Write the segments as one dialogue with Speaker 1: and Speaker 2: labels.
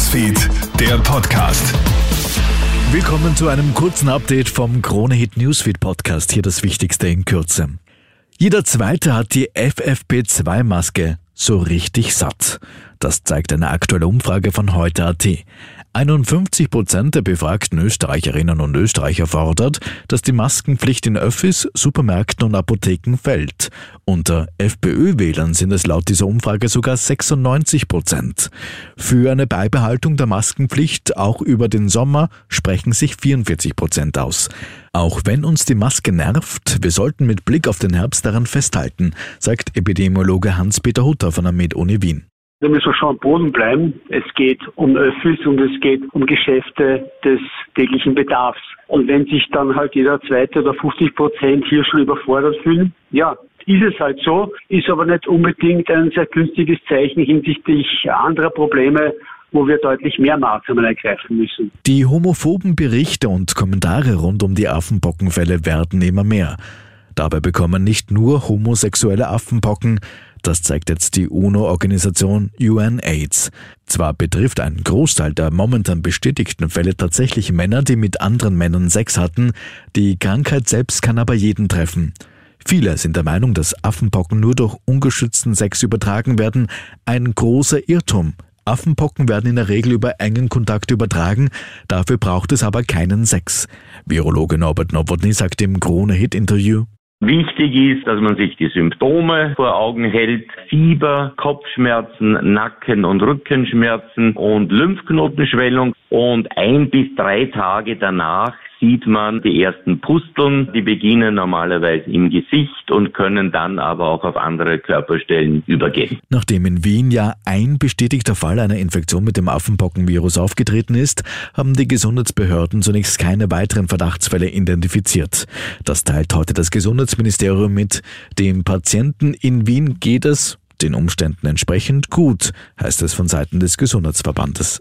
Speaker 1: Newsfeed, der Podcast.
Speaker 2: Willkommen zu einem kurzen Update vom Krone-Hit Newsfeed Podcast. Hier das Wichtigste in Kürze. Jeder Zweite hat die FFP2-Maske so richtig satt. Das zeigt eine aktuelle Umfrage von heute.at. 51% der befragten Österreicherinnen und Österreicher fordert, dass die Maskenpflicht in Öffis, Supermärkten und Apotheken fällt. Unter FPÖ-Wählern sind es laut dieser Umfrage sogar 96%. Für eine Beibehaltung der Maskenpflicht auch über den Sommer sprechen sich 44% aus. Auch wenn uns die Maske nervt, wir sollten mit Blick auf den Herbst daran festhalten, sagt Epidemiologe Hans-Peter Hutter von der Med-Uni Wien.
Speaker 3: Da müssen wir schon am Boden bleiben. Es geht um Öffis und es geht um Geschäfte des täglichen Bedarfs. Und wenn sich dann halt jeder Zweite oder 50% hier schon überfordert fühlen, ja, ist es halt so, ist aber nicht unbedingt ein sehr günstiges Zeichen hinsichtlich anderer Probleme, wo wir deutlich mehr Maßnahmen ergreifen müssen.
Speaker 2: Die homophoben Berichte und Kommentare rund um die Affenpockenfälle werden immer mehr. Dabei bekommen nicht nur homosexuelle Affenpocken, das zeigt jetzt die UNO-Organisation UNAIDS. Zwar betrifft ein Großteil der momentan bestätigten Fälle tatsächlich Männer, die mit anderen Männern Sex hatten, die Krankheit selbst kann aber jeden treffen. Viele sind der Meinung, dass Affenpocken nur durch ungeschützten Sex übertragen werden, ein großer Irrtum. Affenpocken werden in der Regel über engen Kontakt übertragen, dafür braucht es aber keinen Sex. Virologe Norbert Nowotny sagt im Krone-Hit-Interview:
Speaker 4: Wichtig ist, dass man sich die Symptome vor Augen hält: Fieber, Kopfschmerzen, Nacken- und Rückenschmerzen und Lymphknotenschwellung. Und 1 bis 3 Tage danach sieht man die ersten Pusteln. Die beginnen normalerweise im Gesicht und können dann aber auch auf andere Körperstellen übergehen.
Speaker 2: Nachdem in Wien ja ein bestätigter Fall einer Infektion mit dem Affenpockenvirus aufgetreten ist, haben die Gesundheitsbehörden zunächst keine weiteren Verdachtsfälle identifiziert. Das teilt heute das Gesundheitsministerium mit. Dem Patienten in Wien geht es den Umständen entsprechend gut, heißt es von Seiten des Gesundheitsverbandes.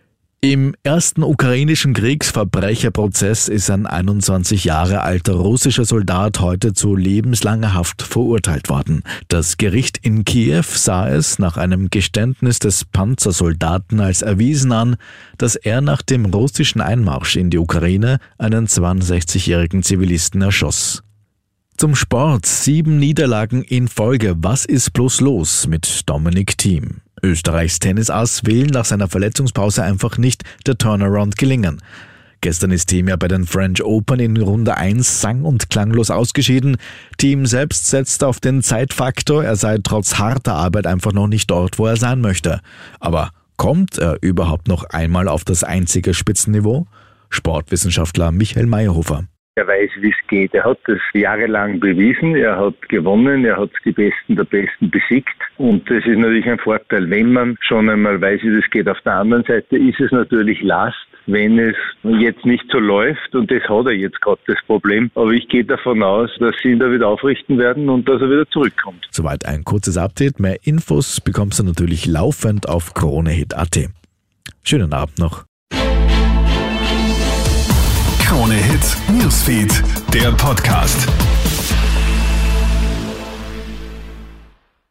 Speaker 2: Im ersten ukrainischen Kriegsverbrecherprozess ist ein 21 Jahre alter russischer Soldat heute zu lebenslanger Haft verurteilt worden. Das Gericht in Kiew sah es nach einem Geständnis des Panzersoldaten als erwiesen an, dass er nach dem russischen Einmarsch in die Ukraine einen 62-jährigen Zivilisten erschoss. Zum Sport: 7 Niederlagen in Folge. Was ist bloß los mit Dominic Thiem? Österreichs Tennisass will nach seiner Verletzungspause einfach nicht der Turnaround gelingen. Gestern ist Thiem ja bei den French Open in Runde 1 sang- und klanglos ausgeschieden. Thiem selbst setzt auf den Zeitfaktor, er sei trotz harter Arbeit einfach noch nicht dort, wo er sein möchte. Aber kommt er überhaupt noch einmal auf das einzige Spitzenniveau? Sportwissenschaftler Michael Meyerhofer:
Speaker 5: Er weiß, wie es geht. Er hat das jahrelang bewiesen. Er hat gewonnen. Er hat die Besten der Besten besiegt. Und das ist natürlich ein Vorteil, wenn man schon einmal weiß, wie das geht. Auf der anderen Seite ist es natürlich Last, wenn es jetzt nicht so läuft. Und das hat er jetzt gerade, das Problem. Aber ich gehe davon aus, dass sie ihn da wieder aufrichten werden und dass er wieder zurückkommt.
Speaker 2: Soweit ein kurzes Update. Mehr Infos bekommst du natürlich laufend auf KroneHit.at. Schönen Abend noch.
Speaker 1: Krone-Hit Newsfeed, der Podcast.